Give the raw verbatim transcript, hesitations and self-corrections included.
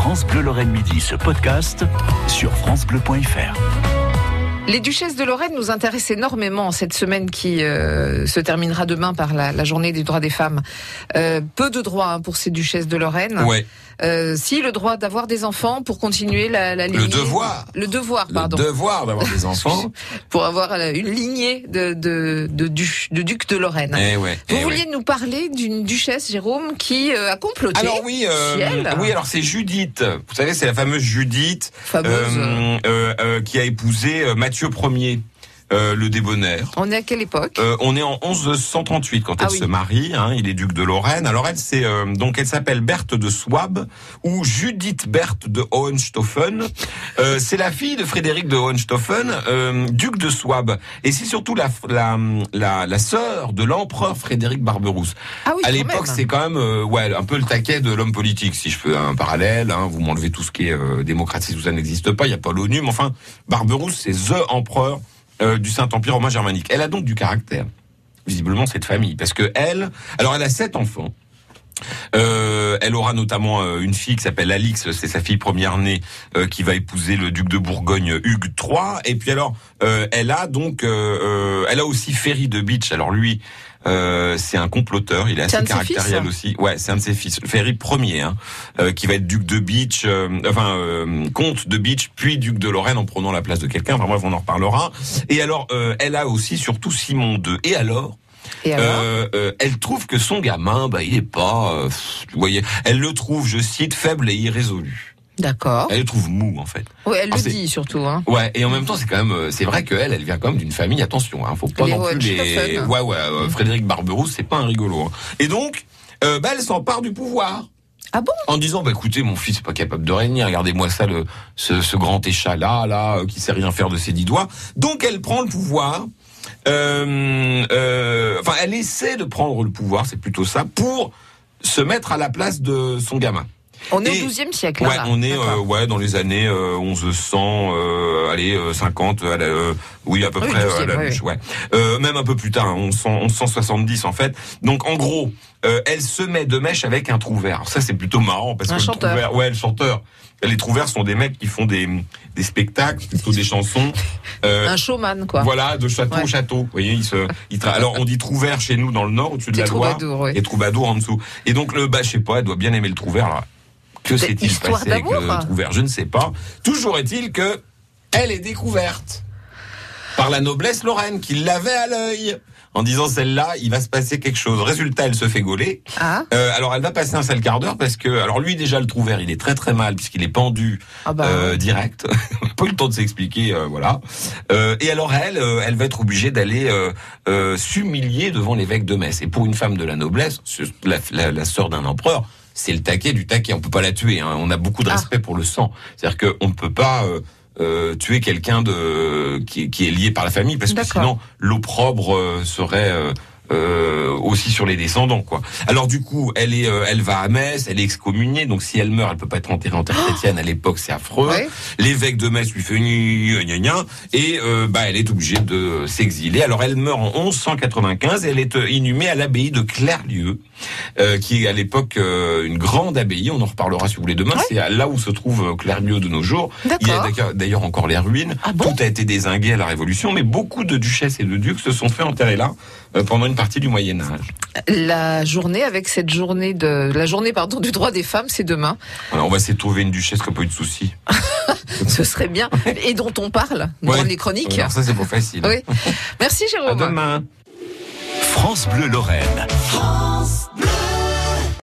France Bleu Lorraine Midi se podcast sur francebleu point fr. Les duchesses de Lorraine nous intéressent énormément cette semaine qui euh, se terminera demain par la, la journée des droits des femmes. Euh, peu de droits hein, pour ces duchesses de Lorraine. Ouais. Euh, si, le droit d'avoir des enfants pour continuer la, la lignée. Le devoir. Le devoir, pardon. Le devoir d'avoir des enfants. Pour avoir une lignée de, de, de, du, de ducs de Lorraine. Eh ouais, Vous eh vouliez ouais. nous parler d'une duchesse, Jérôme, qui euh, a comploté. Alors oui, euh, si elle... oui, alors c'est Judith. Vous savez, c'est la fameuse Judith Fameuse. euh, euh, euh, qui a épousé euh, Mathieu Ier. Euh, le débonnaire. On est à quelle époque? euh, On est en onze cent trente-huit quand Ah elle oui. se marie. Hein, il est duc de Lorraine. Alors elle, c'est euh, donc elle s'appelle Berthe de Souabe ou Judith Berthe de Hohenstaufen. Euh, c'est la fille de Frédéric de Hohenstaufen, euh, duc de Souabe, et c'est surtout la la la, la sœur de l'empereur Frédéric Barberousse. Ah oui, À quand l'époque, même. c'est quand même euh, ouais un peu le taquet de l'homme politique, si je fais un parallèle. Hein, vous m'enlevez tout ce qui est euh, démocratie, tout ça n'existe pas. Il y a pas l'ONU, mais enfin, Barberousse, c'est the empereur Euh, du Saint-Empire romain germanique. Elle a donc du caractère, visiblement, cette famille, parce que elle, alors elle a sept enfants. Euh, elle aura notamment euh, une fille qui s'appelle Alix, c'est sa fille première-née, euh, qui va épouser le duc de Bourgogne Hugues trois. Et puis alors, euh, elle a donc, euh, euh, elle a aussi Ferry de Bitche. Alors lui, euh, c'est un comploteur, il est C'est assez un de ses caractériel fils, aussi. Ouais, c'est un de ses fils, Ferry Ier, hein, euh, qui va être duc de Bitche, euh, enfin euh, comte de Bitche, puis duc de Lorraine en prenant la place de quelqu'un. Enfin bref, on en reparlera. Et alors, euh, elle a aussi surtout Simon deux. Et alors? Et alors Euh, euh, elle trouve que son gamin, bah, il est pas, euh, vous voyez, elle le trouve, je cite, faible et irrésolu. D'accord. Elle le trouve mou, en fait. Oui, elle Alors, le c'est- dit surtout. Hein. Ouais, et en même temps, c'est quand même, euh, c'est vrai qu'elle, elle vient quand même d'une famille, attention, hein, faut pas Les non plus les, Hohenstaufen. ouais, ouais, euh, Frédéric Barberousse, c'est pas un rigolo. Hein. Et donc, euh, bah, elle s'empare du pouvoir. Ah bon? En disant, bah écoutez, mon fils est pas capable de régner, regardez-moi ça, le, ce, ce grand échat là, là, euh, qui sait rien faire de ses dix doigts. Donc elle prend le pouvoir. Euh, euh, enfin, elle essaie de prendre le pouvoir, c'est plutôt ça, pour se mettre à la place de son gamin. On est Et- au douzième siècle. Ouais, là. on est euh, D'accord. ouais dans les années euh, onze cents, euh, allez euh, cinquante, à la, euh, oui à peu Oui, près douzième, euh, à la oui, louche, ouais. Euh, même un peu plus tard, hein, onze cents, onze cent soixante-dix en fait. Donc en gros, euh, elle se met de mèche avec un trouvère. Alors, ça c'est plutôt marrant parce Un que chanteur. le trouvère, ouais, le chanteur. Les trouvères sont des mecs qui font des des spectacles, plutôt des chansons. Euh, Un showman, quoi. Voilà, de château Ouais. au château. Vous voyez, ils se, ils tra- alors on dit trouvère chez nous dans le nord, au-dessus de Petit la Loire, troubadour, oui. et troubadour en dessous. Et donc le, bah, je sais pas, elle doit bien aimer le trouvère. Alors, que C'est s'est-il histoire passé avec d'amour. le trouvère? Je ne sais pas. Toujours est-il que elle est découverte par la noblesse lorraine qui l'avait à l'œil en disant celle-là, il va se passer quelque chose. Résultat, elle se fait gauler. Ah, Euh, alors elle va passer un sale quart d'heure parce que, alors lui déjà le trouvère, il est très très mal puisqu'il est pendu ah bah, euh, direct. Pas eu le temps de s'expliquer, euh, voilà. Euh, et alors elle, euh, elle va être obligée d'aller euh, euh, s'humilier devant l'évêque de Metz. Et pour une femme de la noblesse, ce- la, la, la sœur d'un empereur, c'est le taquet du taquet. On peut pas la tuer. Hein. On a beaucoup de Ah. respect pour le sang. C'est-à-dire qu'on ne peut pas euh, euh, tuer quelqu'un de qui, qui est lié par la famille parce que D'accord. sinon l'opprobre euh, serait euh, euh, aussi sur les descendants, quoi. Alors du coup, elle est, euh, elle va à Metz, elle est excommuniée. Donc si elle meurt, elle peut pas être enterrée en terre chrétienne. À l'époque, c'est affreux. ouais. L'évêque de Metz lui fait gna gna gna et euh, bah elle est obligée de s'exiler. Alors elle meurt en onze cent quatre-vingt-quinze. Elle est euh, inhumée à l'abbaye de Clairlieu, euh, qui est à l'époque euh, une grande abbaye. On en reparlera si vous voulez demain. Ouais. C'est là où se trouve euh, Clairlieu de nos jours. Il y a D'accord. d'ailleurs- d'ailleurs encore les ruines. Ah bon? Tout a été dézingué à la Révolution, mais beaucoup de duchesses et de ducs se sont fait enterrer là euh, pendant une partie du Moyen Âge. La journée avec cette journée de la journée pardon du droit des femmes, c'est demain. Alors, on va essayer de trouver une duchesse qui n'a pas eu de soucis. Ce serait bien et dont on parle dans Ouais. les chroniques. Alors ça c'est pas facile. Oui. Merci À Jérôme. demain. France Bleu Lorraine.